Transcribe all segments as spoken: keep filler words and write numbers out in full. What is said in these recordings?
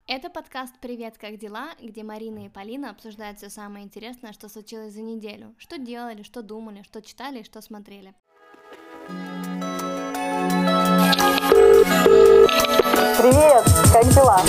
Это подкаст «Привет, как дела?», где Марина и Полина обсуждают все самое интересное, что случилось за неделю, что делали, что думали, что читали и что смотрели. Привет, как дела?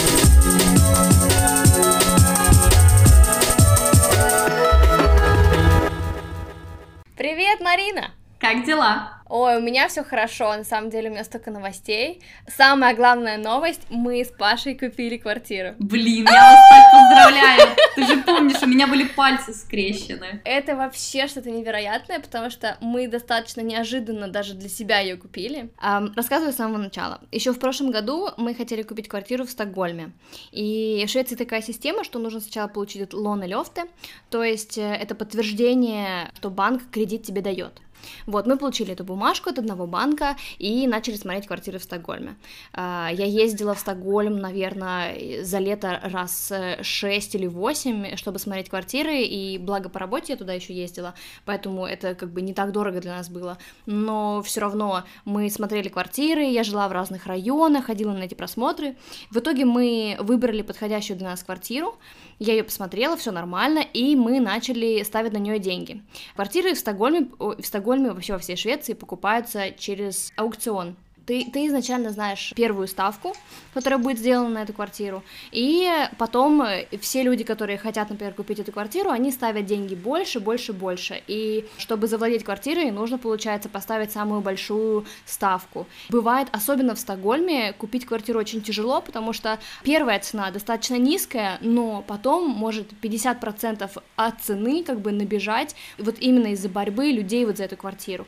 Привет, Марина! Как дела? Ой, у меня все хорошо, на самом деле у меня столько новостей. Самая главная новость, мы с Пашей купили квартиру. Блин, я вас так поздравляю. Ты же помнишь, у меня были пальцы скрещены. Это вообще что-то невероятное, потому что мы достаточно неожиданно даже для себя ее купили. Эм, рассказываю с самого начала. Еще в прошлом году мы хотели купить квартиру в Стокгольме. И в Швеции такая система, что нужно сначала получить лон и лёфте, то есть это подтверждение, что банк кредит тебе дает. Вот, мы получили эту бумажку от одного банка и начали смотреть квартиры в Стокгольме. Я ездила в Стокгольм, наверное, за лето раз шесть или восемь, чтобы смотреть квартиры, и благо по работе я туда еще ездила, поэтому это как бы не так дорого для нас было, но все равно мы смотрели квартиры, я жила в разных районах, ходила на эти просмотры. В итоге мы выбрали подходящую для нас квартиру, я ее посмотрела, все нормально, и мы начали ставить на нее деньги. Квартиры в Стокгольме, в Стокгольме, вообще во всей Швеции покупаются через аукцион. Ты, ты изначально знаешь первую ставку, которая будет сделана на эту квартиру, и потом все люди, которые хотят, например, купить эту квартиру, они ставят деньги больше, больше, больше, и чтобы завладеть квартирой, нужно, получается, поставить самую большую ставку. Бывает, особенно в Стокгольме, купить квартиру очень тяжело, потому что первая цена достаточно низкая, но потом может пятьдесят процентов от цены как бы набежать вот именно из-за борьбы людей вот за эту квартиру.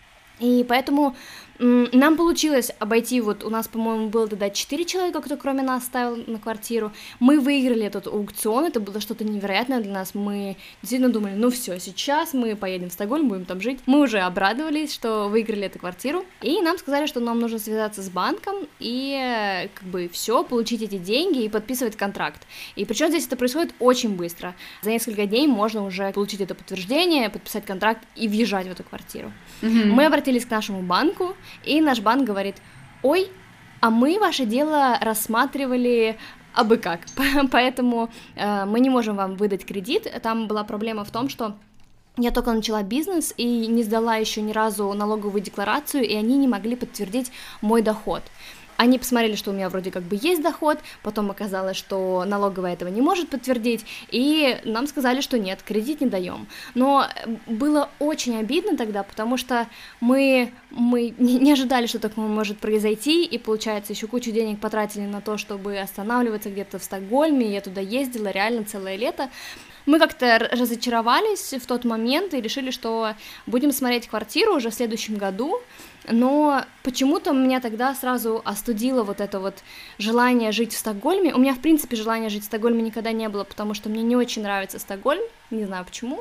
И поэтому м, нам получилось обойти, вот у нас, по-моему, было тогда четыре человека, кто кроме нас ставил на квартиру, мы выиграли этот аукцион, это было что-то невероятное для нас, мы действительно думали, ну все, сейчас мы поедем в Стокгольм, будем там жить, мы уже обрадовались, что выиграли эту квартиру, и нам сказали, что нам нужно связаться с банком и как бы все, получить эти деньги и подписывать контракт, и причем здесь это происходит очень быстро, за несколько дней можно уже получить это подтверждение, подписать контракт и въезжать в эту квартиру. Mm-hmm. Мы обратились к нашему банку, и наш банк говорит: ой, а мы ваше дело рассматривали абы как, поэтому э, мы не можем вам выдать кредит. Там была проблема в том, что я только начала бизнес и не сдала еще ни разу налоговую декларацию, и они не могли подтвердить мой доход. Они посмотрели, что у меня вроде как бы есть доход, потом оказалось, что налоговая этого не может подтвердить, и нам сказали, что нет, кредит не даем. Но было очень обидно тогда, потому что мы, мы не ожидали, что такое может произойти, и, получается, еще кучу денег потратили на то, чтобы останавливаться где-то в Стокгольме, я туда ездила реально целое лето. Мы как-то разочаровались в тот момент и решили, что будем смотреть квартиру уже в следующем году, но почему-то меня тогда сразу остудило вот это вот желание жить в Стокгольме. У меня, в принципе, желания жить в Стокгольме никогда не было, потому что мне не очень нравится Стокгольм, не знаю почему.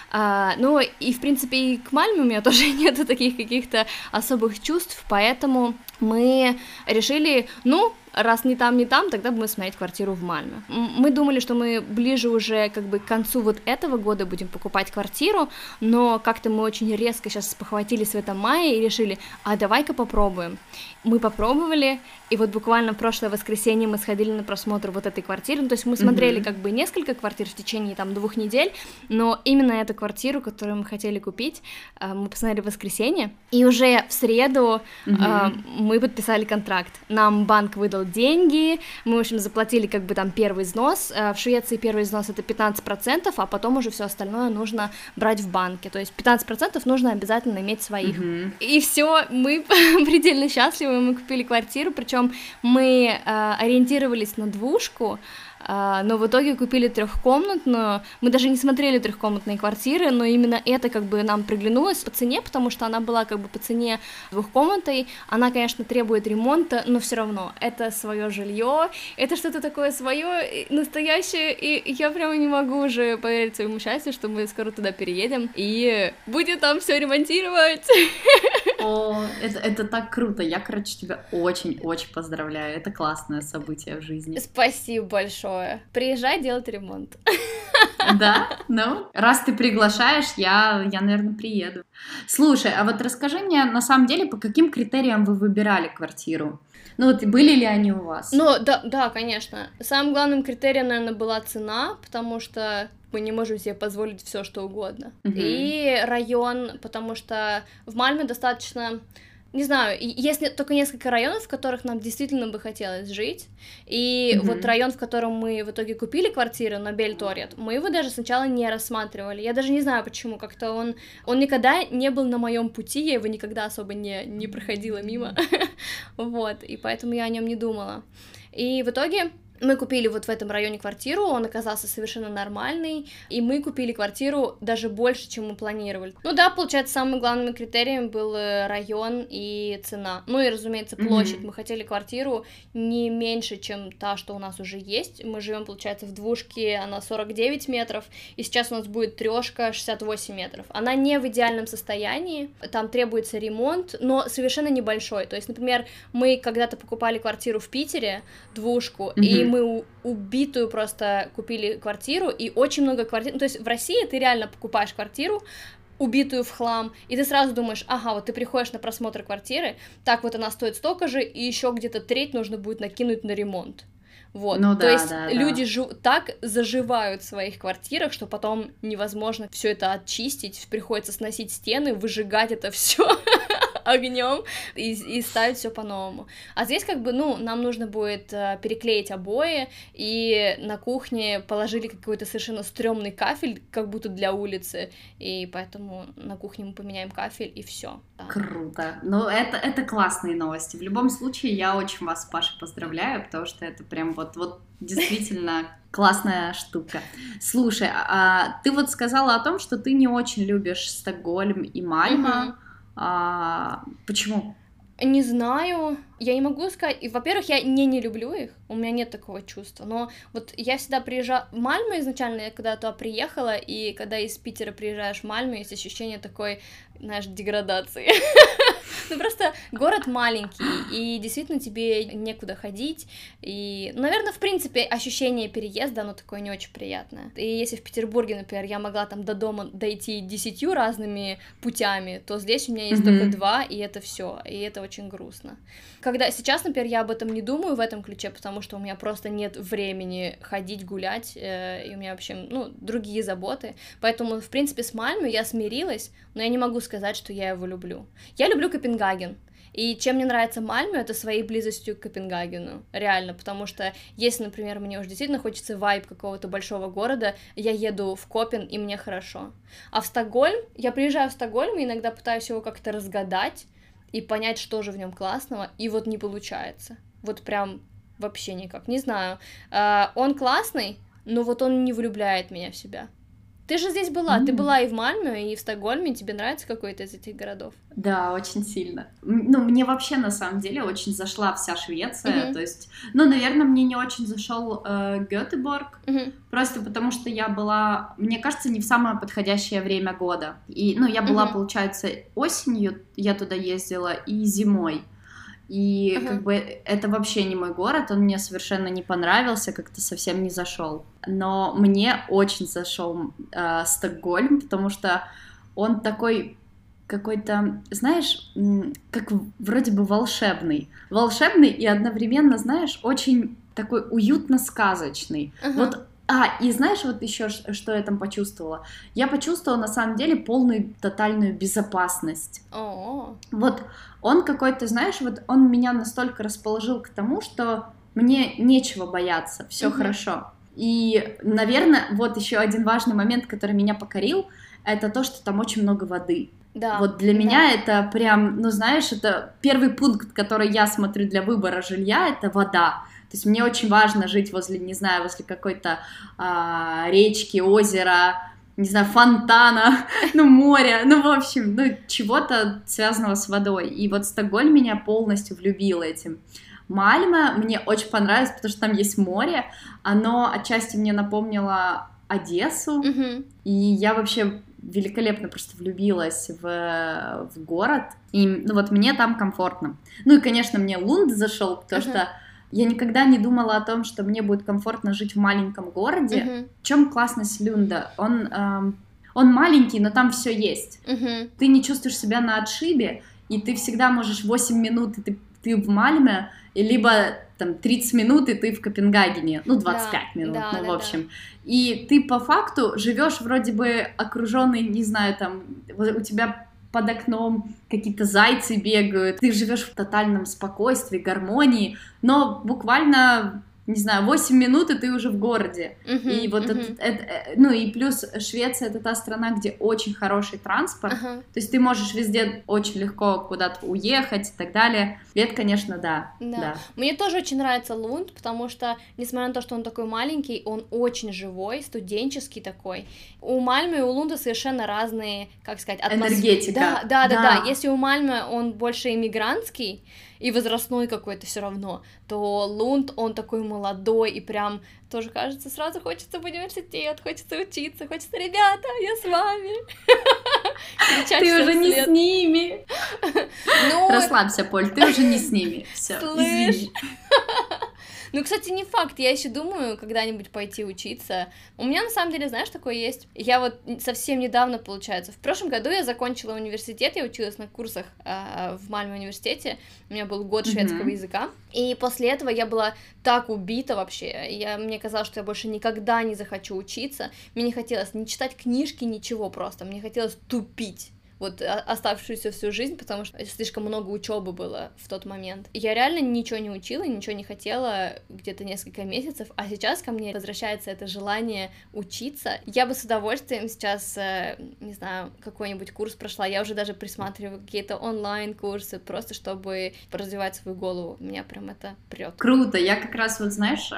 А, ну и, в принципе, и к Мальме у меня тоже нету таких каких-то особых чувств, поэтому мы решили, ну, раз не там, не там, тогда будем смотреть квартиру в Мальме. Мы думали, что мы ближе уже как бы к концу вот этого года будем покупать квартиру, но как-то мы очень резко сейчас спохватились в этом мае и решили, а давай-ка попробуем. Мы попробовали, и вот буквально в прошлое воскресенье мы сходили на просмотр вот этой квартиры, ну, то есть мы смотрели mm-hmm. как бы несколько квартир в течение там двух недель, но именно эту квартиру, которую мы хотели купить, мы посмотрели в воскресенье, и уже в среду mm-hmm. мы подписали контракт. Нам банк выдал деньги, мы, в общем, заплатили как бы там первый взнос, в Швеции первый взнос это пятнадцать процентов, а потом уже все остальное нужно брать в банке, то есть пятнадцать процентов нужно обязательно иметь своих. Mm-hmm. И все, мы предельно счастливы, мы купили квартиру, причем мы э, ориентировались на двушку, Uh, но в итоге купили трехкомнатную, мы даже не смотрели трехкомнатные квартиры, но именно это как бы нам приглянулось по цене, потому что она была как бы по цене двухкомнатной, она, конечно, требует ремонта, но все равно это свое жилье, это что-то такое свое, настоящее, и я прямо не могу уже поверить своему счастью, что мы скоро туда переедем и будем там все ремонтировать. О, это, это так круто, я, короче, тебя очень-очень поздравляю, это классное событие в жизни. Спасибо большое. Приезжай делать ремонт. Да? Ну, раз ты приглашаешь, я, я, наверное, приеду. Слушай, а вот расскажи мне, на самом деле, по каким критериям вы выбирали квартиру? Ну вот и были ли они у вас? Ну, да, да, конечно. Самым главным критерием, наверное, была цена, потому что мы не можем себе позволить все, что угодно. Мгм. И район, потому что в Мальме достаточно... Не знаю, и- есть не- только несколько районов, в которых нам действительно бы хотелось жить, и Мгм. вот район, в котором мы в итоге купили квартиру, на Бельторет, мы его даже сначала не рассматривали, я даже не знаю почему, как-то он, он никогда не был на моем пути, я его никогда особо не, не проходила мимо, вот, и поэтому я о нем не думала, и в итоге... Мы купили вот в этом районе квартиру, он оказался совершенно нормальный, и мы купили квартиру даже больше, чем мы планировали. Ну да, получается, самым главным критерием был э, район и цена. Ну и, разумеется, площадь. Мгм. Мы хотели квартиру не меньше, чем та, что у нас уже есть. Мы живем, получается, в двушке, она сорок девять метров, и сейчас у нас будет трешка шестьдесят восемь метров. Она не в идеальном состоянии, там требуется ремонт, но совершенно небольшой. То есть, например, мы когда-то покупали квартиру в Питере, двушку, и Мгм. мы у- убитую просто купили квартиру, и очень много квартир, ну, то есть в России ты реально покупаешь квартиру, убитую в хлам, и ты сразу думаешь, ага, вот ты приходишь на просмотр квартиры, так вот она стоит столько же, и еще где-то треть нужно будет накинуть на ремонт. Вот, Ну то да, есть да, да. люди жу- так заживают в своих квартирах, что потом невозможно все это очистить, приходится сносить стены, выжигать это все огнем и, и ставить все по-новому. А здесь как бы, ну, нам нужно будет э, переклеить обои, и на кухне положили какой-то совершенно стрёмный кафель, как будто для улицы, и поэтому на кухне мы поменяем кафель, и все. Круто. Ну, это, это классные новости. В любом случае, я очень вас, Паша, поздравляю, потому что это прям вот, вот действительно классная штука. Слушай, а ты вот сказала о том, что ты не очень любишь Стокгольм и Мальме. Мгм. А, почему? Не знаю, я не могу сказать, и, во-первых, я не не люблю их, у меня нет такого чувства, но вот я всегда приезжала в Мальмö изначально, я когда туда приехала, и когда из Питера приезжаешь в Мальмö, есть ощущение такой, знаешь, деградации. Ну, просто город маленький, и действительно тебе некуда ходить, и, наверное, в принципе, ощущение переезда, оно такое не очень приятное. И если в Петербурге, например, я могла там до дома дойти десятью разными путями, то здесь у меня есть Мгм. только два, и это все, и это очень грустно. Когда сейчас, например, я об этом не думаю в этом ключе, потому что у меня просто нет времени ходить, гулять, э, и у меня вообще, ну, другие заботы, поэтому, в принципе, с Мальмö я смирилась, но я не могу сказать, что я его люблю. Я люблю Копенгаген, и чем мне нравится Мальмö, это своей близостью к Копенгагену, реально, потому что если, например, мне уже действительно хочется вайб какого-то большого города, я еду в Копен, и мне хорошо. А в Стокгольм, я приезжаю в Стокгольм, и иногда пытаюсь его как-то разгадать и понять, что же в нем классного, и вот не получается. Вот прям вообще никак, не знаю. А, он классный, но вот он не влюбляет меня в себя. Ты же здесь была, ты М. была и в Мальмö, и в Стокгольме, тебе нравится какой-то из этих городов? Да, очень сильно. М, Ну, мне вообще, на самом деле, очень зашла вся Швеция, Мгм. то есть, ну, наверное, мне не очень зашел э, Гетеборг, Мгм. просто потому что я была, мне кажется, не в самое подходящее время года. И, ну, я была, Мгм. получается, осенью, я туда ездила, и зимой. И Ага. как бы это вообще не мой город, он мне совершенно не понравился, как-то совсем не зашел. Но мне очень зашел э, Стокгольм, потому что он такой какой-то, знаешь, м, как в- вроде бы волшебный. Волшебный и одновременно, знаешь, очень такой уютно-сказочный. Ага. Вот, а, и знаешь, вот еще ш- что я там почувствовала? Я почувствовала на самом деле полную тотальную безопасность. О, Вот он какой-то, знаешь, вот он меня настолько расположил к тому, что мне нечего бояться, все Мгм. хорошо. И, наверное, вот еще один важный момент, который меня покорил, это то, что там очень много воды. да. Вот для да. меня это прям, ну знаешь, это первый пункт, который я смотрю для выбора жилья, это вода. То есть мне очень важно жить возле, не знаю, возле какой-то а, речки, озера, не знаю, фонтана, ну, моря, ну, в общем, ну, чего-то связанного с водой. И вот Стокгольм меня полностью влюбил этим. Мальме мне очень понравилось, потому что там есть море, оно отчасти мне напомнило Одессу, Мгм. и я вообще великолепно просто влюбилась в, в город, и ну, вот мне там комфортно. Ну и, конечно, мне Лунд зашел, потому Ага. что я никогда не думала о том, что мне будет комфортно жить в маленьком городе. Мгм. В чем классность Люнда? Он, эм, он маленький, но там все есть. Мгм. Ты не чувствуешь себя на отшибе, и ты всегда можешь восемь минут, и ты, ты в Мальме, либо там тридцать минут, и ты в Копенгагене, ну, двадцать пять да, минут, да, ну, да, в общем. Да. И ты по факту живешь вроде бы окруженный, не знаю, там, у тебя под окном какие-то зайцы бегают, ты живешь в тотальном спокойствии, гармонии, но буквально, не знаю, восемь минут, и ты уже в городе. Uh-huh, и вот uh-huh. это, это, ну и плюс Швеция — это та страна, где очень хороший транспорт, Uh-huh. то есть ты можешь везде очень легко куда-то уехать и так далее. И это, конечно, да, да. да. Мне тоже очень нравится Лунд, потому что, несмотря на то, что он такой маленький, он очень живой, студенческий такой. У Мальмö и у Лунда совершенно разные, как сказать, атмосферы. Энергетика. Да, да, да, да. да. Если у Мальмö он больше иммигрантский и возрастной какой-то все равно, то Лунд, он такой молодой и прям тоже, кажется, сразу хочется в университет, хочется учиться, хочется, ребята, я с вами. Ты уже не с ними. Расслабься, Поль, ты уже не с ними. Все, извини. Ну, кстати, не факт, я еще думаю когда-нибудь пойти учиться. У меня, на самом деле, знаешь, такое есть. Я вот совсем недавно, получается, в прошлом году я закончила университет, я училась на курсах э, в Мальмö университете, у меня был год шведского mm-hmm. языка, и после этого я была так убита вообще, я, мне казалось, что я больше никогда не захочу учиться, мне не хотелось ни читать книжки, ничего просто, мне хотелось тупить. Вот оставшуюся всю жизнь, потому что слишком много учебы было в тот момент. Я реально ничего не учила, ничего не хотела где-то несколько месяцев, а сейчас ко мне возвращается это желание учиться. Я бы с удовольствием сейчас, не знаю, какой-нибудь курс прошла, я уже даже присматриваю какие-то онлайн-курсы, просто чтобы развивать свою голову. Меня прям это прет. Круто! Я как раз, вот знаешь,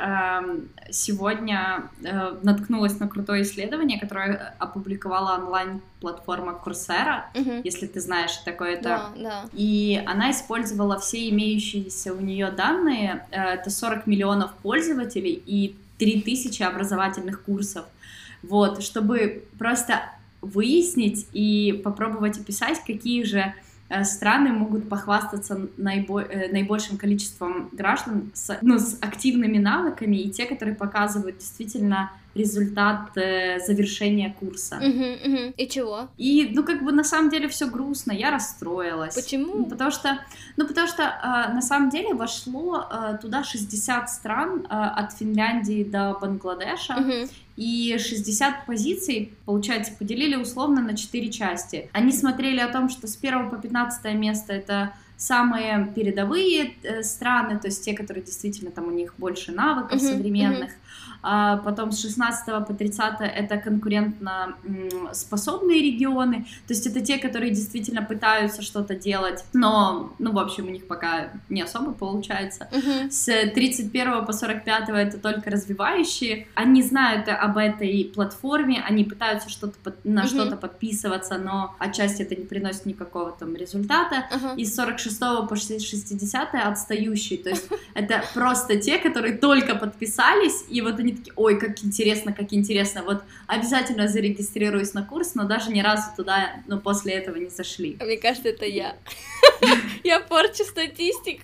сегодня наткнулась на крутое исследование, которое опубликовала онлайн-платформа Coursera. Uh-huh. Если ты знаешь, что такое это. Да, да. И она использовала все имеющиеся у нее данные, это сорок миллионов пользователей и три тысячи образовательных курсов, вот, чтобы просто выяснить и попробовать описать, какие же страны могут похвастаться наибо- наибольшим количеством граждан с, ну, с активными навыками, и те, которые показывают действительно результат э, завершения курса. Uh-huh, uh-huh. И чего? И, ну, как бы, на самом деле все грустно, я расстроилась. Почему? Ну, потому что, ну, потому что э, на самом деле вошло э, туда шестьдесят стран, э, от Финляндии до Бангладеша, uh-huh. и шестьдесят позиций, получается, поделили условно на четыре части. Они смотрели о том, что с первого по пятнадцатое место это самые передовые э, страны, то есть те, которые действительно там у них больше навыков uh-huh, современных, uh-huh. а потом с шестнадцатого по тридцатое это конкурентно м, способные регионы, то есть это те, которые действительно пытаются что-то делать, но, ну, в общем, у них пока не особо получается. Uh-huh. С тридцать первого по сорок пятое это только развивающие, они знают об этой платформе, они пытаются что-то под, на uh-huh. что-то подписываться, но отчасти это не приносит никакого там результата, uh-huh. и с сорок шестого по шестидесятое отстающие, то есть это просто те, которые только подписались, и вот они такие, ой, как интересно, как интересно, вот обязательно зарегистрируюсь на курс, но даже ни разу туда, ну, после этого не зашли. Мне кажется, это я. Я порчу статистику.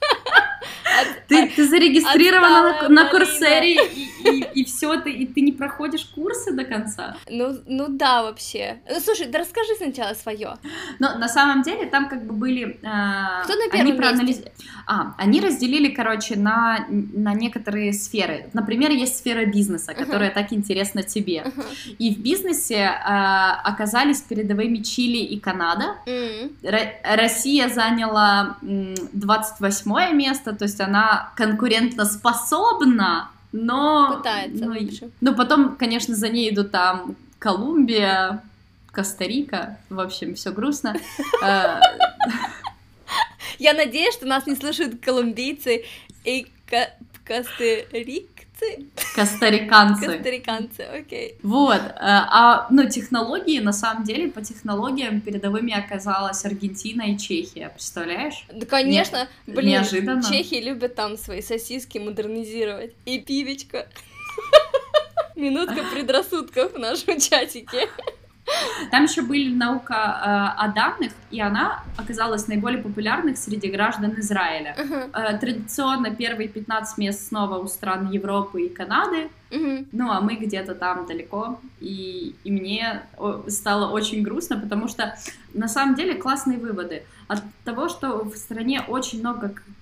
Ты, ты зарегистрирована на, на Курсере, и, и, и все, ты, и ты не проходишь курсы до конца? Ну, ну да, вообще. Ну, слушай, да расскажи сначала свое. Но на самом деле там как бы были... Э, Кто на первом они проанализ... месте? А, они разделили, короче, на, на некоторые сферы. Например, есть сфера бизнеса, которая uh-huh. так интересна тебе. Uh-huh. И в бизнесе э, оказались передовыми Чили и Канада. Uh-huh. Р- Россия заняла м, двадцать восьмое место, то есть она конкурентно способна, но... Пытается, ну, в общем. Ну, потом, конечно, за ней идут там Колумбия, Коста-Рика, в общем, все грустно. Я надеюсь, что нас не слушают колумбийцы и костарикцы. Костариканцы. Костариканцы, окей. Вот, а, ну, технологии, на самом деле, по технологиям передовыми оказалась Аргентина и Чехия, представляешь? Да, конечно, Не, блин, неожиданно. Чехи любят там свои сосиски модернизировать. И пивечко. Минутка предрассудков в нашем чатике. Там еще были наука э, о данных, и она оказалась наиболее популярной среди граждан Израиля. Uh-huh. Э, традиционно первые пятнадцать мест снова у стран Европы и Канады, uh-huh. ну а мы где-то там далеко, и, и мне стало очень грустно, потому что на самом деле классные выводы от того, что в стране очень много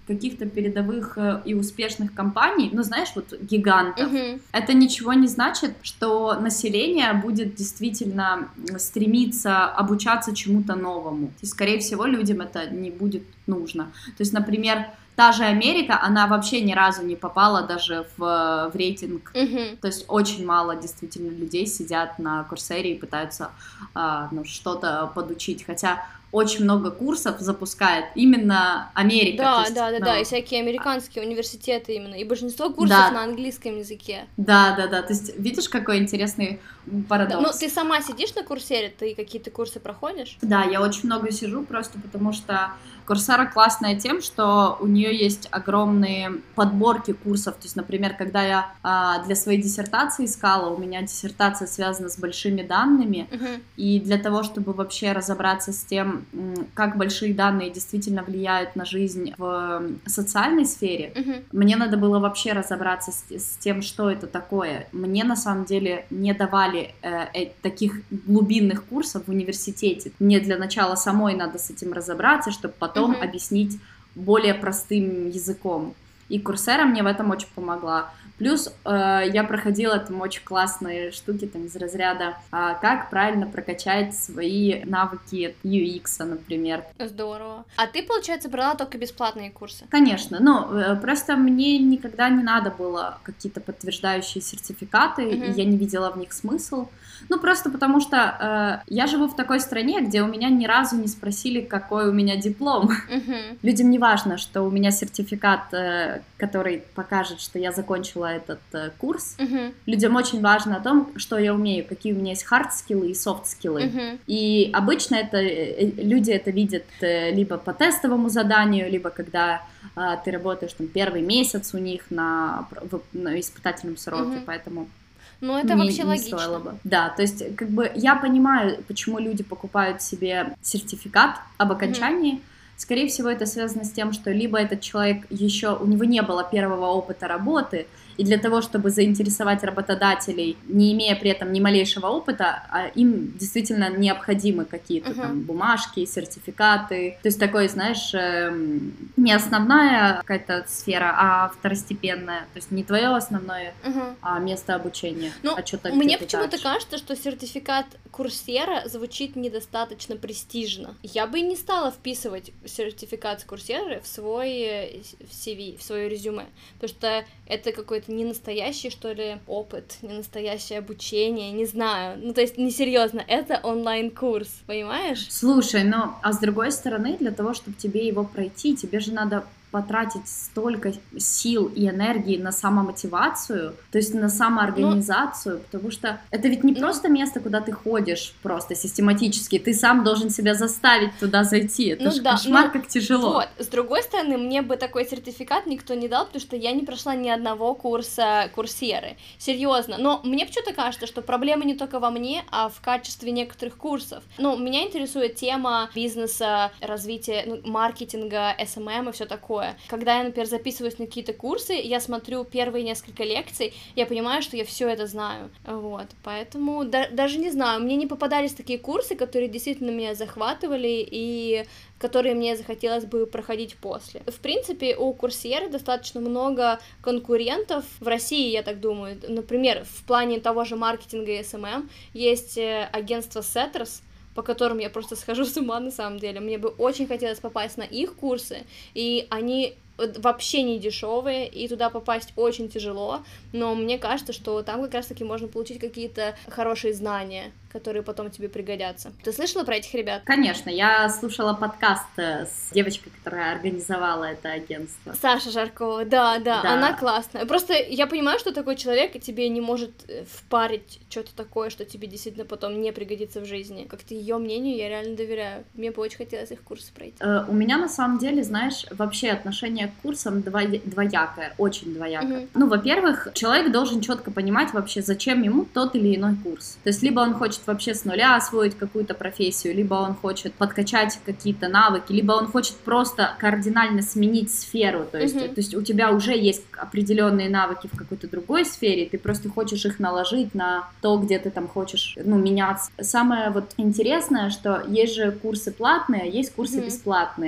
каких-то передовых и успешных компаний, ну, знаешь, вот гигантов, Мгм. это ничего не значит, что население будет действительно стремиться обучаться чему-то новому. То есть, скорее всего, людям это не будет нужно. То есть, например, та же Америка, она вообще ни разу не попала даже в, в рейтинг. Мгм. То есть очень мало действительно людей сидят на Курсере и пытаются а, ну, что-то подучить. Хотя очень много курсов запускает именно Америка. То Да, есть, да, да, ну, да, и всякие американские университеты именно, и большинство курсов Да. на английском языке. Да, да, да. То есть видишь, какой интересный Да, парадокс. ну, ты сама сидишь на Курсере, ты какие-то курсы проходишь? Да, я очень много сижу просто потому, что Курсера классная тем, что у нее есть огромные подборки курсов. То есть, например, когда я а, для своей диссертации искала, у меня диссертация связана с большими данными, Мгм. и для того, чтобы вообще разобраться с тем, м, как большие данные действительно влияют на жизнь в социальной сфере, Мгм. мне надо было вообще разобраться с, с тем, что это такое. Мне на самом деле не давали э, э, таких глубинных курсов в университете. Мне для начала самой надо с этим разобраться, чтобы потом Мгм. объяснить более простым языком. И Курсера мне в этом очень помогла. Плюс э, я проходила там очень классные штуки там из разряда, а, как правильно прокачать свои навыки ю экс, например. Здорово. А ты, получается, брала только бесплатные курсы? Конечно, но э, просто мне никогда не надо было какие-то подтверждающие сертификаты, Мгм. и я не видела в них смысл. Ну, просто потому что э, я живу в такой стране, где у меня ни разу не спросили, какой у меня диплом. Мгм. Людям не важно, что у меня сертификат, э, который покажет, что я закончила этот э, курс. Мгм. Людям очень важно о том, что я умею, какие у меня есть хард-скиллы и софт-скиллы. Мгм. И обычно это, э, люди это видят э, либо по тестовому заданию, либо когда а, ты работаешь там первый месяц у них на, в- на испытательном сроке, Мгм. поэтому Ну, это не, вообще не логично. стоило бы. Да, то есть как бы я понимаю, почему люди покупают себе сертификат об окончании. Скорее всего, это связано с тем, что либо этот человек еще, у него не было первого опыта работы, и для того, чтобы заинтересовать работодателей, не имея при этом ни малейшего опыта, а им действительно необходимы какие-то Мгм. там бумажки, сертификаты. То есть такой, знаешь, эм, не основная какая-то сфера, а второстепенная. То есть не твое основное Мгм. а, место обучения. Ну, а что-то мне где-то почему-то дальше. кажется, что сертификат Курсера звучит недостаточно престижно. Я бы и не стала вписывать сертификат с Курсеры в свой э, в си ви, в свое резюме, потому что это какой-то не настоящий, что ли, опыт, не настоящее обучение, не знаю. Ну, то есть, несерьезно, это онлайн-курс, понимаешь? Слушай, ну, а с другой стороны, для того, чтобы тебе его пройти, тебе же надо потратить столько сил и энергии на самомотивацию, то есть на самоорганизацию, ну, потому что это ведь не ну, просто место, куда ты ходишь просто систематически, ты сам должен себя заставить туда зайти, это ну, же да, кошмар, ну, как тяжело. Вот, с другой стороны, мне бы такой сертификат никто не дал, потому что я не прошла ни одного курса Курсеры, серьезно, но мне почему-то кажется, что проблема не только во мне, а в качестве некоторых курсов. Ну, меня интересует тема бизнеса, развития, ну, маркетинга, эс эм эм и все такое. Когда я, например, записываюсь на какие-то курсы, я смотрю первые несколько лекций, я понимаю, что я все это знаю, вот, поэтому да, даже не знаю, мне не попадались такие курсы, которые действительно меня захватывали и которые мне захотелось бы проходить после. В принципе, у Курсеры достаточно много конкурентов в России, я так думаю. Например, в плане того же маркетинга и эс эм эм есть агентство Setters, по которым я просто схожу с ума на самом деле. Мне бы очень хотелось попасть на их курсы, и они вообще не дешевые, и туда попасть очень тяжело, но мне кажется, что там как раз-таки можно получить какие-то хорошие знания, которые потом тебе пригодятся. Ты слышала про этих ребят? Конечно, я слушала подкаст с девочкой, которая организовала это агентство. Саша Жаркова, да, да, да. Она классная. Просто я понимаю, что такой человек тебе не может впарить что-то такое, что тебе действительно потом не пригодится в жизни. Как-то ее мнению я реально доверяю. Мне бы очень хотелось их курсы пройти. Uh, у меня на самом деле, знаешь, вообще отношение к курсам двоякое, очень двоякое. Mm-hmm. Ну, во-первых, человек должен четко понимать вообще, зачем ему тот или иной курс. То есть, либо он хочет вообще с нуля освоить какую-то профессию, либо он хочет подкачать какие-то навыки, либо он хочет просто кардинально сменить сферу. То есть, mm-hmm. то есть у тебя уже есть определенные навыки в какой-то другой сфере, ты просто хочешь их наложить на то, где ты там хочешь, ну, меняться. Самое вот интересное, что есть же курсы платные, есть курсы mm-hmm. бесплатные.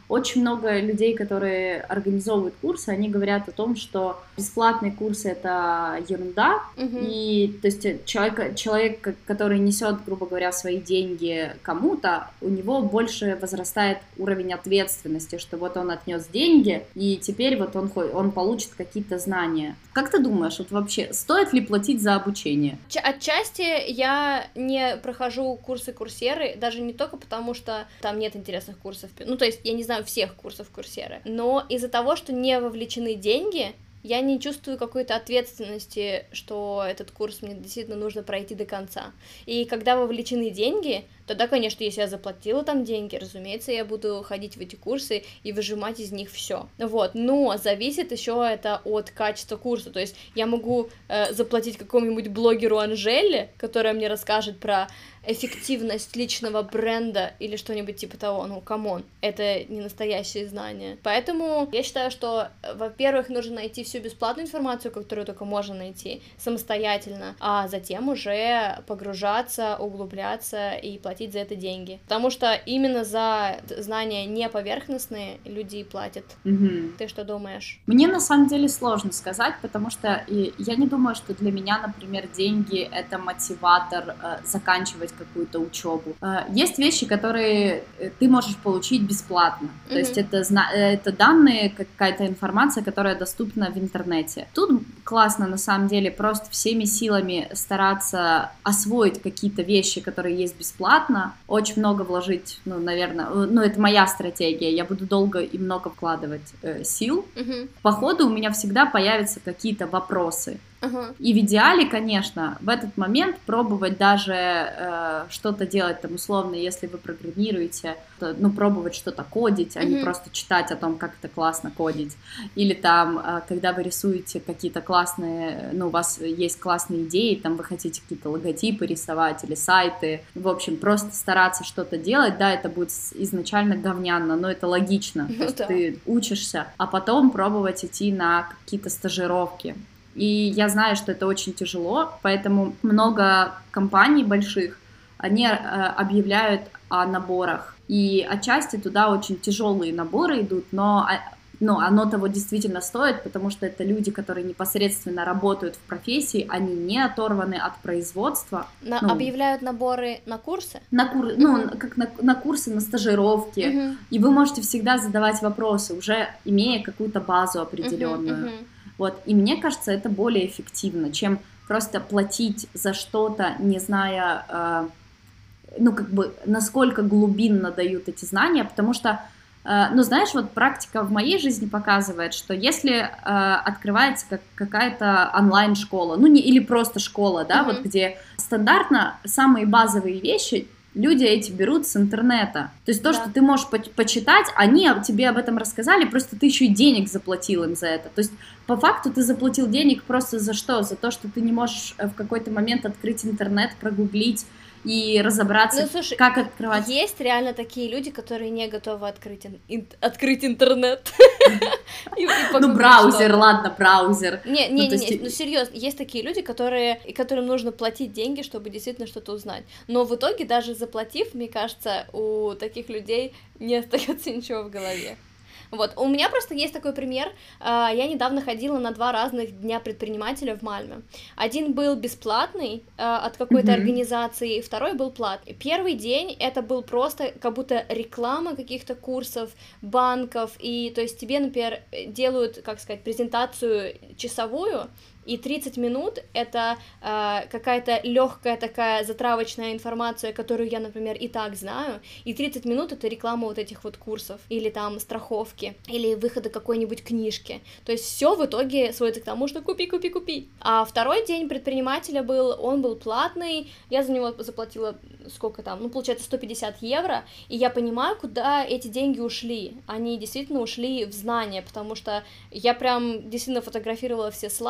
очень много людей, которые организовывают курсы, они говорят о том, что бесплатные курсы — это ерунда, Мгм. и то есть человек, человек, который несет, грубо говоря, свои деньги кому-то, у него больше возрастает уровень ответственности, что вот он отнес деньги, и теперь вот он, хо- он получит какие-то знания. Как ты думаешь, вот вообще, стоит ли платить за обучение? Ч- Отчасти я не прохожу курсы Курсеры, даже не только потому, что там нет интересных курсов, ну, то есть я не знаю всех курсов Курсеры, но из-за того, что не вовлечены деньги, я не чувствую какой-то ответственности, что этот курс мне действительно нужно пройти до конца. И когда вовлечены деньги, тогда, конечно, если я заплатила там деньги, разумеется, я буду ходить в эти курсы и выжимать из них все. Вот, но зависит еще это от качества курса, то есть я могу э, заплатить какому-нибудь блогеру Анжеле, которая мне расскажет про эффективность личного бренда или что-нибудь типа того, ну, камон, это не настоящие знания. Поэтому я считаю, что, во-первых, нужно найти всю бесплатную информацию, которую только можно найти самостоятельно, а затем уже погружаться, углубляться и платить за это деньги. Потому что именно за знания не поверхностные люди и платят. Мгм. Ты что думаешь? Мне на самом деле сложно сказать, потому что и я не думаю, что для меня, например, деньги — это мотиватор э, заканчивать какую-то учебу. Э, есть вещи, которые э, ты можешь получить бесплатно. То Мгм. есть это, зна- э, это данные, какая-то информация, которая доступна в интернете. Тут классно, на самом деле, просто всеми силами стараться освоить какие-то вещи, которые есть бесплатно, очень много вложить, ну, наверное, э, ну, это моя стратегия, я буду долго и много вкладывать э, сил. Угу. По ходу у меня всегда появятся какие-то вопросы. Ага. И в идеале, конечно, в этот момент пробовать даже э, что-то делать, там, условно, если вы программируете, то, ну, пробовать что-то кодить, а не Мгм. просто читать о том, как это классно кодить. Или там, э, когда вы рисуете какие-то классные, ну, у вас есть классные идеи, там, вы хотите какие-то логотипы рисовать или сайты, в общем, просто стараться что-то делать, да, это будет с- изначально говняно, но это логично, Ну то есть да. ты учишься, а потом пробовать идти на какие-то стажировки. И я знаю, что это очень тяжело, поэтому много компаний больших, они э, объявляют о наборах. И отчасти туда очень тяжелые наборы идут, но, а, но оно того действительно стоит, потому что это люди, которые непосредственно работают в профессии, они не оторваны от производства. На- Ну, Объявляют наборы на курсы? на кур... ну, Мгм. как на, на курсы, на стажировки. Мгм. И вы можете всегда задавать вопросы, уже имея какую-то базу Мгм. определенную. Мгм. Вот, и мне кажется, это более эффективно, чем просто платить за что-то, не зная, э, ну, как бы, насколько глубинно дают эти знания, потому что, э, ну, знаешь, вот практика в моей жизни показывает, что если э, открывается как, какая-то онлайн-школа, ну, не, или просто школа, да, Мгм. вот где стандартно самые базовые вещи люди эти берут с интернета. То есть то, Да. что ты можешь по- почитать, они тебе об этом рассказали, просто ты еще и денег заплатил им за это. То есть по факту ты заплатил денег просто за что? За то, что ты не можешь э, в какой-то момент открыть интернет, прогуглить и разобраться, Ну, слушай, как открывать. есть реально такие люди, которые не готовы открыть, ин- ин- открыть интернет. И- и Ну, погуглить браузер, что-то. ладно, браузер. Не, Ну, не, то не, есть не, и- ну серьезно, есть такие люди, которые, и которым нужно платить деньги, чтобы действительно что-то узнать. Но в итоге, даже заплатив, мне кажется, у таких людей не остается ничего в голове. Вот, у меня просто есть такой пример. А, Я недавно ходила на два разных дня предпринимателя в Мальме. Один был бесплатный а, от какой-то Мгм. организации, второй был платный. Первый день это был просто как будто реклама каких-то курсов, банков, и то есть тебе, например, делают, как сказать, презентацию часовую, и тридцать минут это э, какая-то легкая такая затравочная информация, которую я, например, и так знаю, и тридцать минут это реклама вот этих вот курсов, или там страховки, или выхода какой-нибудь книжки. То есть все в итоге сводится к тому, что купи, купи, купи. А второй день предпринимателя был, он был платный, я за него заплатила сколько там, ну, получается, сто пятьдесят евро, и я понимаю, куда эти деньги ушли. Они действительно ушли в знания, потому что я прям действительно фотографировала все слайды,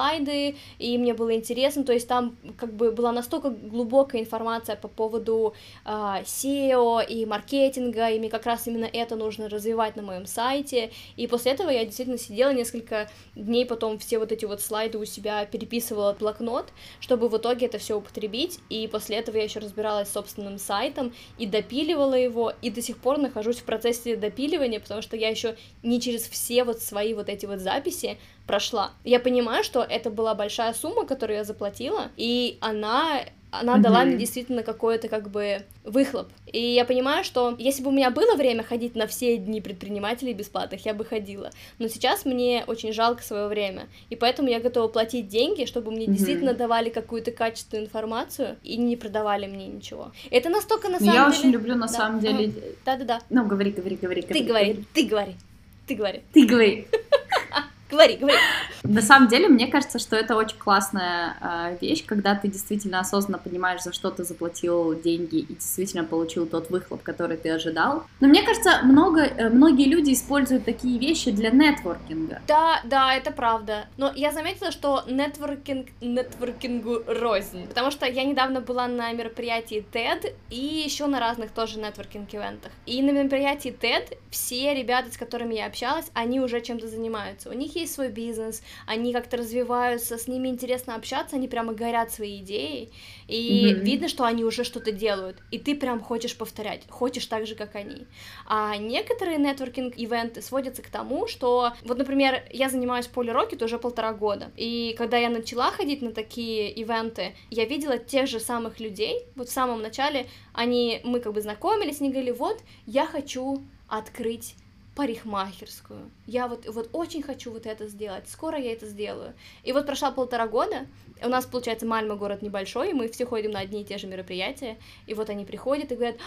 курсы, и мне было интересно, то есть там как бы была настолько глубокая информация по поводу э, сео и маркетинга, и мне как раз именно это нужно развивать на моем сайте, и после этого я действительно сидела несколько дней, потом все вот эти вот слайды у себя переписывала в блокнот, чтобы в итоге это все употребить, и после этого я еще разбиралась с собственным сайтом и допиливала его, и до сих пор нахожусь в процессе допиливания, потому что я еще не через все вот свои вот эти вот записи прошла. Я понимаю, что это была большая сумма, которую я заплатила, и она... она дала mm-hmm. мне действительно какой-то как бы выхлоп. И я понимаю, что если бы у меня было время ходить на все дни предпринимателей бесплатных, я бы ходила. Но сейчас мне очень жалко свое время. И поэтому я готова платить деньги, чтобы мне mm-hmm. действительно давали какую-то качественную информацию и не продавали мне ничего. Это настолько на самом я деле... Я очень люблю на да. самом деле... Да-да-да. Ну, говори, говори, говори. Ты говори, говори. ты говори, ты говори. Ты говори. Говори, говори. На самом деле, мне кажется, что это очень классная э, вещь, когда ты действительно осознанно понимаешь, за что ты заплатил деньги и действительно получил тот выхлоп, который ты ожидал. Но мне кажется, много, э, многие люди используют такие вещи для нетворкинга. Да, да, это правда. Но я заметила, что нетворкинг нетворкингу рознь, потому что я недавно была на мероприятии тед и еще на разных тоже нетворкинг-ивентах. И на мероприятии тед все ребята, с которыми я общалась, они уже чем-то занимаются. У них есть свой бизнес, они как-то развиваются, с ними интересно общаться, они прямо горят своей идеей, и mm-hmm. видно, что они уже что-то делают, и ты прям хочешь повторять, хочешь так же, как они. А некоторые нетворкинг-ивенты сводятся к тому, что, вот, например, я занимаюсь Poly Rocket уже полтора года, и когда я начала ходить на такие ивенты, я видела тех же самых людей, вот в самом начале, они, мы как бы знакомились, они говорили, вот, я хочу открыть парикмахерскую. Я вот, вот очень хочу вот это сделать. Скоро я это сделаю. И вот прошло полтора года. У нас, получается, Мальмö город небольшой, и мы все ходим на одни и те же мероприятия. И вот они приходят и говорят,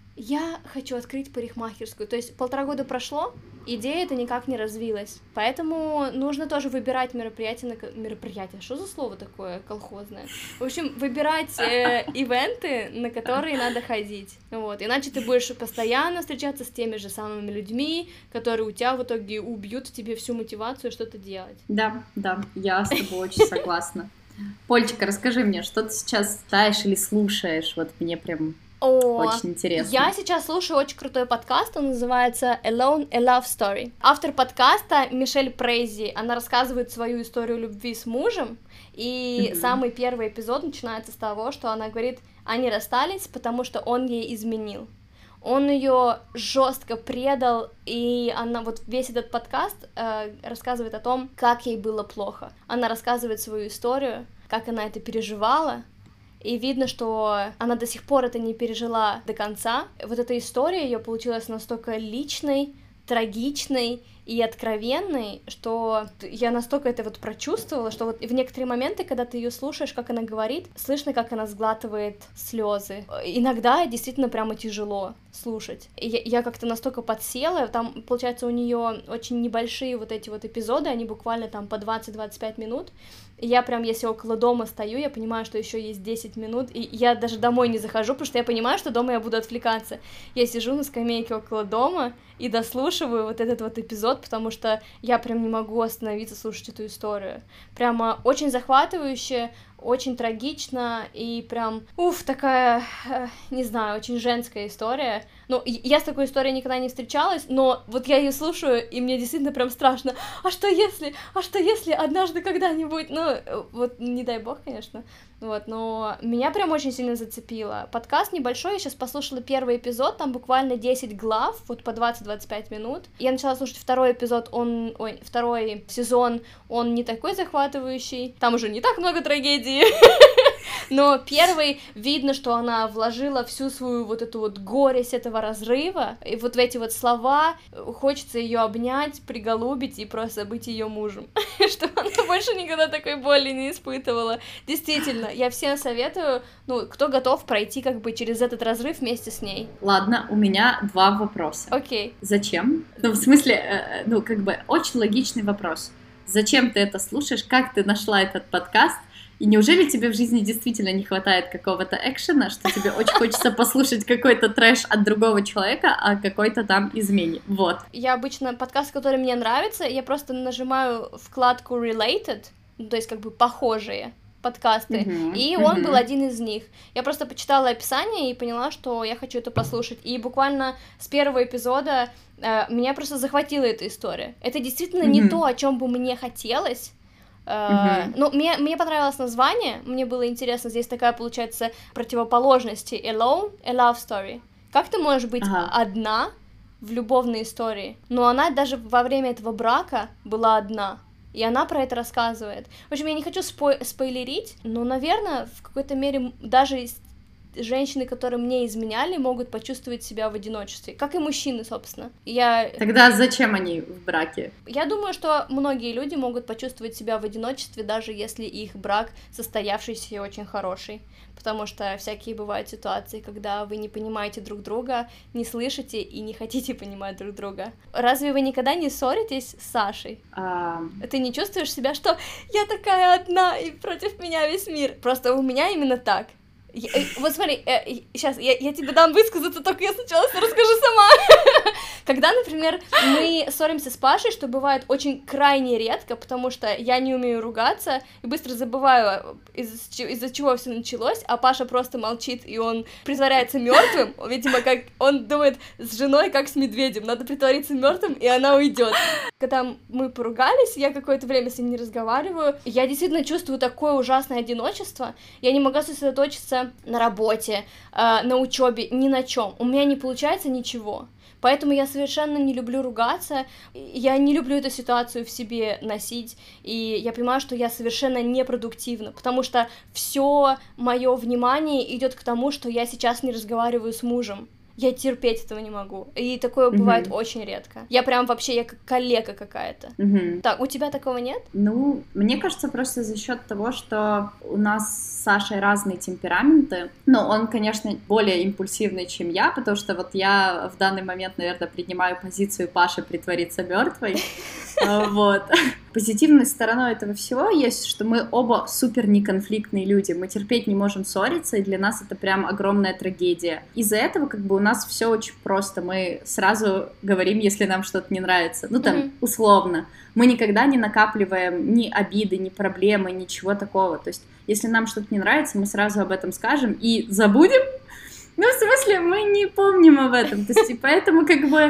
я хочу открыть парикмахерскую. То есть полтора года прошло, идея это никак не развилась. Поэтому нужно тоже выбирать мероприятия, на... мероприятия, что за слово такое колхозное? В общем, выбирать э, ивенты, на которые надо ходить. Вот. Иначе ты будешь постоянно встречаться с теми же самыми людьми, которые у тебя в итоге убьют в тебе всю мотивацию что-то делать. Да, да, я с тобой очень согласна. Польчика, расскажи мне, что ты сейчас читаешь или слушаешь? Вот мне прям... О, очень интересно. Я сейчас слушаю очень крутой подкаст, он называется Alone, a Love Story. Автор подкаста Мишель Прейзи, она рассказывает свою историю любви с мужем, и mm-hmm. самый первый эпизод начинается с того, что она говорит, они расстались, потому что он ей изменил. Он ее жестко предал, и она вот весь этот подкаст э, рассказывает о том, как ей было плохо. Она рассказывает свою историю, как она это переживала, и видно, что она до сих пор это не пережила до конца. Вот эта история ее получилась настолько личной, трагичной и откровенной, что я настолько это вот прочувствовала, что вот в некоторые моменты, когда ты ее слушаешь, как она говорит, слышно, как она сглатывает слезы. Иногда действительно прямо тяжело слушать. И я, я как-то настолько подсела, там, получается, у нее очень небольшие вот эти вот эпизоды, они буквально там по двадцать-двадцать пять минут, и я прям, если около дома стою, я понимаю, что еще есть десять минут, и я даже домой не захожу, потому что я понимаю, что дома я буду отвлекаться. Я сижу на скамейке около дома и дослушиваю вот этот вот эпизод, потому что я прям не могу остановиться слушать эту историю. Прямо очень захватывающе, очень трагично и прям, уф, такая, э, не знаю, очень женская история. Ну, я с такой историей никогда не встречалась, но вот я ее слушаю, и мне действительно прям страшно. А что если, а что если однажды когда-нибудь, ну, вот не дай бог, конечно, вот, но меня прям очень сильно зацепило. Подкаст небольшой, я сейчас послушала первый эпизод, там буквально десять глав, вот по двадцать-двадцать пять минут. Я начала слушать второй эпизод, он, ой, второй сезон, он не такой захватывающий, там уже не так много трагедий, но первый, видно, что она вложила всю свою вот эту вот горесть этого разрыва, и вот в эти вот слова хочется ее обнять, приголубить и просто быть ее мужем, что она больше никогда такой боли не испытывала. Действительно, я всем советую, ну, кто готов пройти как бы через этот разрыв вместе с ней. Ладно, у меня два вопроса. Окей. Зачем? Ну, в смысле, э, ну, как бы очень логичный вопрос. Зачем ты это слушаешь? Как ты нашла этот подкаст? И неужели тебе в жизни действительно не хватает какого-то экшена, что тебе очень хочется послушать какой-то трэш от другого человека, а какой-то там измене? Вот. Я обычно подкаст, который мне нравится, я просто нажимаю вкладку Related, ну, то есть как бы похожие подкасты, Мгм, и он мгм. был один из них. Я просто почитала описание и поняла, что я хочу это послушать, и буквально с первого эпизода э, меня просто захватила эта история. Это действительно не Мгм. то, о чем бы мне хотелось. Э, Мгм. ну, мне, мне понравилось название, мне было интересно, здесь такая, получается, противоположность alone, a love story. Как ты можешь быть Ага. одна в любовной истории? Но она даже во время этого брака была одна. И она про это рассказывает. В общем, я не хочу спой- спойлерить, но, наверное, в какой-то мере м- даже из- женщины, которые мне изменяли, могут почувствовать себя в одиночестве, как и мужчины, собственно. Я, Тогда зачем они в браке? я думаю, что многие люди могут почувствовать себя в одиночестве, даже если их брак состоявшийся и очень хороший, потому что всякие бывают ситуации, когда вы не понимаете друг друга, не слышите и не хотите понимать друг друга. Разве вы никогда не ссоритесь с Сашей? А, Ты не чувствуешь себя, что я такая одна, и против меня весь мир? Просто у меня именно так. Я- э, вот смотри, сейчас я, я тебе дам высказаться, только я сначала всё расскажу сама. Когда, например, мы ссоримся с Пашей, что бывает очень крайне редко, потому что я не умею ругаться и быстро забываю, из- из-за чего все началось, а Паша просто молчит, и он притворяется мертвым. Видимо, как он думает с женой, как с медведем, надо притвориться мертвым, и она уйдет. Когда мы поругались, я какое-то время с ним не разговариваю, и я действительно чувствую такое ужасное одиночество, я не могу сосредоточиться на работе, э, на учебе, ни на чем. У меня не получается ничего. Поэтому я совершенно не люблю ругаться, я не люблю эту ситуацию в себе носить, и я понимаю, что я совершенно непродуктивна, потому что все мое внимание идет к тому, что я сейчас не разговариваю с мужем. Я терпеть этого не могу. И такое Мгм. бывает очень редко. Я прям вообще, я как калека какая-то. мгм. Так, у тебя такого нет? Ну, мне кажется, просто за счет того, что у нас с Сашей разные темпераменты. Ну, он, конечно, более импульсивный, чем я, потому что вот я в данный момент, наверное, принимаю позицию Паши притвориться мертвой. Вот. Позитивной стороной этого всего есть, что мы оба супер неконфликтные люди. Мы терпеть не можем ссориться, и для нас это прям огромная трагедия. Из-за этого как бы у нас все очень просто. Мы сразу говорим, если нам что-то не нравится. Ну, там, Мгм. условно. Мы никогда не накапливаем ни обиды, ни проблемы, ничего такого. То есть, если нам что-то не нравится, мы сразу об этом скажем и забудем. Ну, в смысле, мы не помним об этом. То есть, и поэтому как бы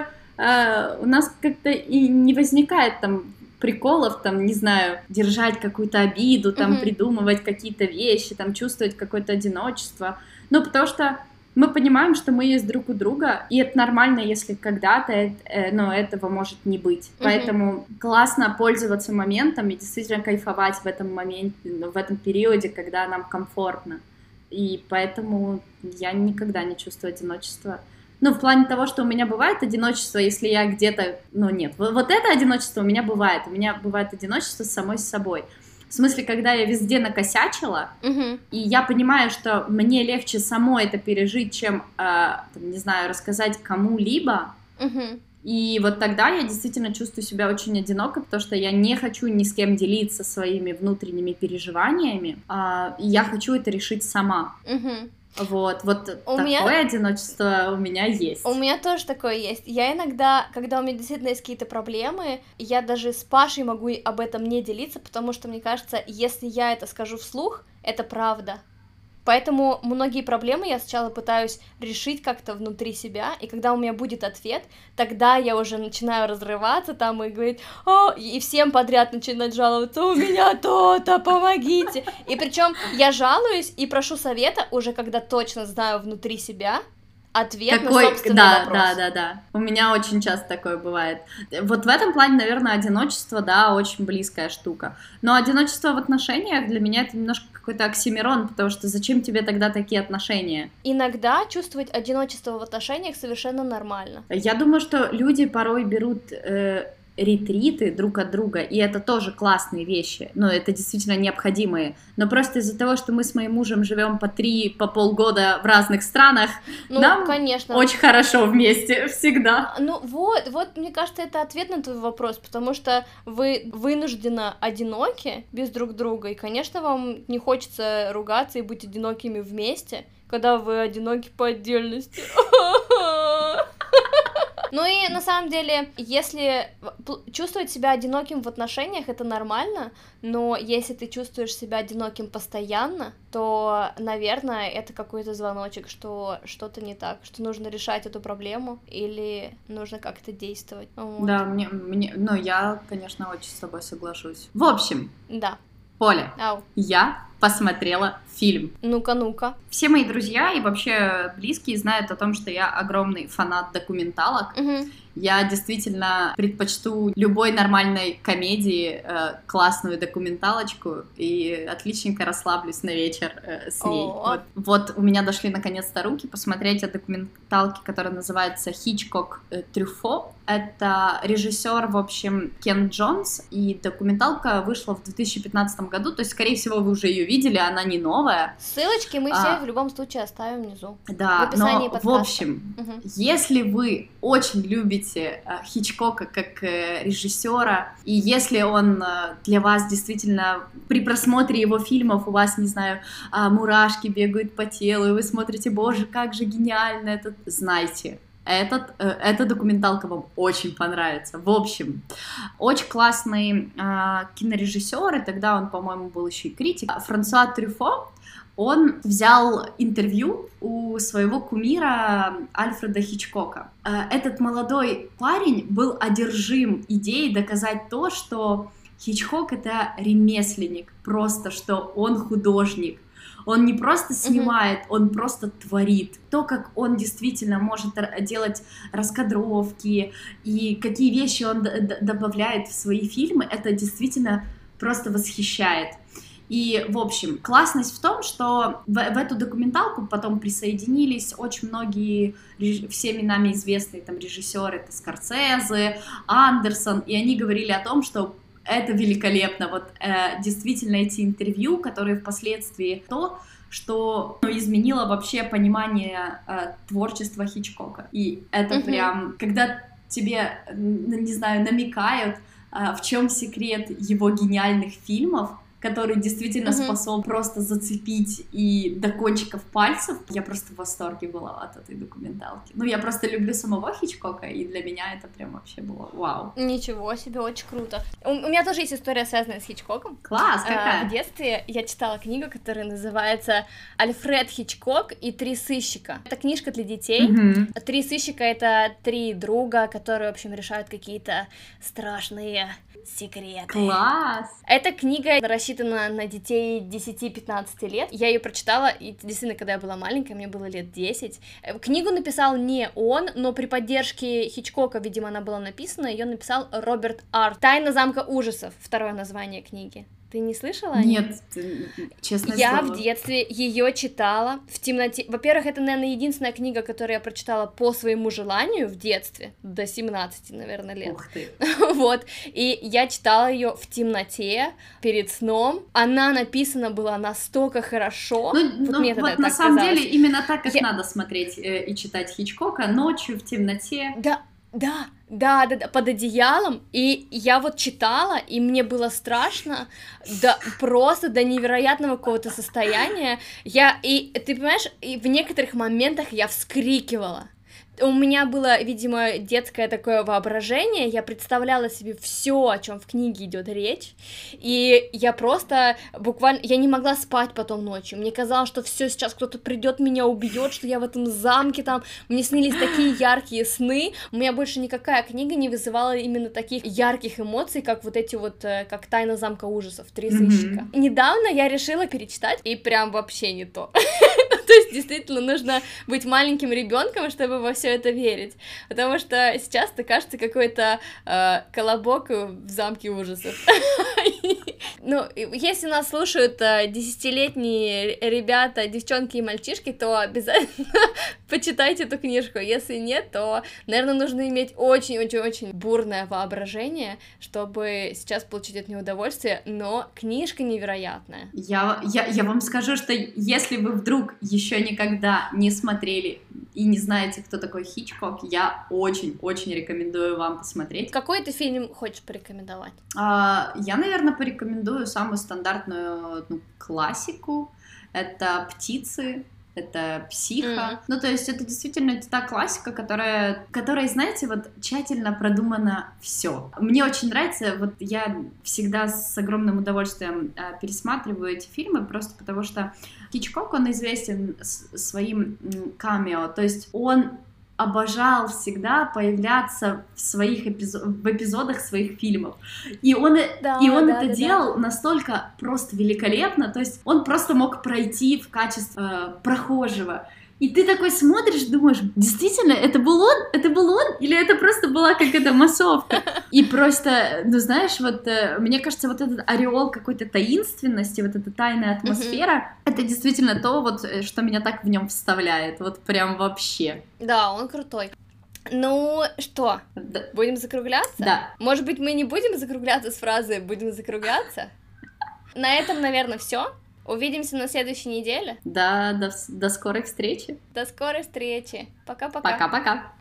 э, у нас как-то и не возникает там приколов, там, не знаю, держать какую-то обиду, там, Мгм. придумывать какие-то вещи, там, чувствовать какое-то одиночество. Ну, потому что мы понимаем, что мы есть друг у друга, и это нормально, если когда-то э, ну, этого может не быть. Мгм. Поэтому классно пользоваться моментом и действительно кайфовать в этом моменте, ну, в этом периоде, когда нам комфортно. И поэтому я никогда не чувствую одиночества. Ну, в плане того, что у меня бывает одиночество, если я где-то... Ну, нет, вот, вот это одиночество у меня бывает. У меня бывает одиночество с самой собой. В смысле, когда я везде накосячила, Мгм. и я понимаю, что мне легче самой это пережить, чем, э, там, не знаю, рассказать кому-либо. Мгм. И вот тогда я действительно чувствую себя очень одиноко, потому что я не хочу ни с кем делиться своими внутренними переживаниями, а, и я хочу это решить сама. Мгм. Вот, вот У такое меня- одиночество у меня есть. У меня тоже такое есть. Я иногда, когда у меня действительно есть какие-то проблемы, я даже с Пашей могу и об этом не делиться, потому что мне кажется, если я это скажу вслух, это правда. Поэтому многие проблемы я сначала пытаюсь решить как-то внутри себя, и когда у меня будет ответ, тогда я уже начинаю разрываться там и говорить, «О!» и всем подряд начинать жаловаться, у меня то-то, помогите. И причем я жалуюсь и прошу совета уже когда точно знаю внутри себя ответ Какой, на собственный да, вопрос. да, да, да. У меня очень часто такое бывает. Вот в этом плане, наверное, одиночество, да, очень близкая штука. Но одиночество в отношениях для меня это немножко какой-то оксимирон, потому что зачем тебе тогда такие отношения? Иногда чувствовать одиночество в отношениях совершенно нормально. Я думаю, что люди порой берут э, ретриты друг от друга, и это тоже классные вещи, ну, это действительно необходимые, но просто из-за того, что мы с моим мужем живем по три, по полгода в разных странах, Ну, нам конечно. очень хорошо вместе, всегда. Ну вот, вот, мне кажется, это ответ на твой вопрос, потому что вы вынужденно одиноки без друг друга, и, конечно, вам не хочется ругаться и быть одинокими вместе, когда вы одиноки по отдельности. Ну и на самом деле, если чувствовать себя одиноким в отношениях, это нормально, но если ты чувствуешь себя одиноким постоянно, то, наверное, это какой-то звоночек, что что-то не так, что нужно решать эту проблему или нужно как-то действовать. Вот. Да, мне, мне, ну, я, конечно, очень с тобой соглашусь. В общем, да. Поля, Ау. я посмотрела фильм. Ну-ка, ну-ка. Все мои друзья и вообще близкие знают о том, что я огромный фанат документалок. Угу. Я действительно предпочту любой нормальной комедии э, классную документалочку и отличненько расслаблюсь на вечер э, с ней. Вот, вот у меня дошли наконец-то руки посмотреть о документалке, которая называется «Хичкок э, Трюфо». Это режиссер, в общем, Кен Джонс, и документалка вышла в две тысячи пятнадцатом году, то есть, скорее всего, вы уже ее видели, она не новая. Ссылочки мы все а, в любом случае оставим внизу. Да, в описании но, подкаста. В общем, угу. если вы очень любите Хичкока как режиссера, и если он для вас действительно при просмотре его фильмов у вас, не знаю, мурашки бегают по телу, и вы смотрите, боже, как же гениально это, знайте, этот, эта документалка вам очень понравится. В общем, очень классный э, кинорежиссер, и тогда он, по-моему, был еще и критик, Франсуа Трюфо. Он взял интервью у своего кумира Альфреда Хичкока. Этот молодой парень был одержим идеей доказать то, что Хичкок — это ремесленник, просто что он художник. Он не просто снимает, mm-hmm. он просто творит. То, как он действительно может делать раскадровки и какие вещи он д- добавляет в свои фильмы, это действительно просто восхищает. И, в общем, классность в том, что в, в эту документалку потом присоединились очень многие реж... всеми нами известные там режиссеры, это Скорсезе, Андерсон, и они говорили о том, что это великолепно, вот э, действительно эти интервью, которые впоследствии то, что ну, изменило вообще понимание э, творчества Хичкока. И это mm-hmm. прям, когда тебе, не знаю, намекают, э, в чем секрет его гениальных фильмов, который действительно mm-hmm. способен просто зацепить и до кончиков пальцев. Я просто в восторге была от этой документалки. Ну, я просто люблю самого Хичкока, и для меня это прям вообще было вау. Ничего себе, очень круто. У, у меня тоже есть история, связанная с Хичкоком. Класс, какая? А, в детстве я читала книгу, которая называется «Альфред Хичкок и три сыщика». Это книжка для детей. Mm-hmm. Три сыщика — это три друга, которые, в общем, решают какие-то страшные секреты. Класс! Эта книга рассчитана на детей десяти-пятнадцати лет. Я ее прочитала, и действительно, когда я была маленькая, мне было лет десять. Книгу написал не он, но при поддержке Хичкока, видимо, она была написана, ее написал Роберт Арт. «Тайна замка ужасов» — второе название книги. Ты не слышала? Нет, честно Я слово. в детстве ее читала в темноте. Во-первых, это, наверное, единственная книга, которую я прочитала по своему желанию в детстве, до семнадцати, наверное, лет. Ух ты. Вот, и я читала ее в темноте, перед сном. Она написана была настолько хорошо. Ну, вот ну, мне вот тогда на так самом казалось. деле именно так, как я... надо смотреть э, и читать Хичкока, ночью, в темноте. Да, да. Да, да, да, под одеялом, и я вот читала, и мне было страшно, да, просто до невероятного какого-то состояния, я, и, ты понимаешь, и в некоторых моментах я вскрикивала. У меня было, видимо, детское такое воображение, я представляла себе все, о чем в книге идет речь, и я просто буквально, я не могла спать потом ночью, мне казалось, что все сейчас кто-то придет, меня убьет, что я в этом замке там, мне снились такие яркие сны, у меня больше никакая книга не вызывала именно таких ярких эмоций, как вот эти вот, как «Тайна замка ужасов», «Три сыщика». Mm-hmm. Недавно я решила перечитать, и прям вообще не то. То есть, действительно, нужно быть маленьким ребенком, чтобы во все это верить, потому что сейчас это кажется какой-то э, колобок в замке ужасов. Ну, если нас слушают десятилетние ребята, девчонки и мальчишки, то обязательно почитайте эту книжку. Если нет, то, наверное, нужно иметь очень-очень-очень бурное воображение, чтобы сейчас получить от нее удовольствие, но книжка невероятная. Я, я, я вам скажу, что если вы вдруг еще никогда не смотрели и не знаете, кто такой Хичкок, я очень-очень рекомендую вам посмотреть. Какой ты фильм хочешь порекомендовать? А, я, наверное, порекомендую самую стандартную ну, классику. Это «Птицы». это «Психо». Mm. Ну, то есть это действительно та классика, которая, которая, знаете, вот тщательно продумано все. Мне очень нравится, вот я всегда с огромным удовольствием э, пересматриваю эти фильмы, просто потому что Хичкок, он известен своим камео, то есть он обожал всегда появляться в своих эпизод... в эпизодах своих фильмов. И он, да, и он да, это да, делал да. настолько просто великолепно, то есть он просто мог пройти в качестве э, прохожего. И ты такой смотришь, думаешь, действительно, это был он? Это был он? Или это просто была какая-то массовка? И просто, ну знаешь, вот э, мне кажется, вот этот ореол какой-то таинственности, вот эта тайная атмосфера, mm-hmm. это действительно то, вот, что меня так в нем вставляет, вот прям вообще. Да, он крутой. Ну что, да. будем закругляться? Да. Может быть, мы не будем закругляться с фразой «будем закругляться»? На этом, наверное, все. Увидимся на следующей неделе. Да, до, до скорой встречи. До скорой встречи. Пока-пока. Пока-пока.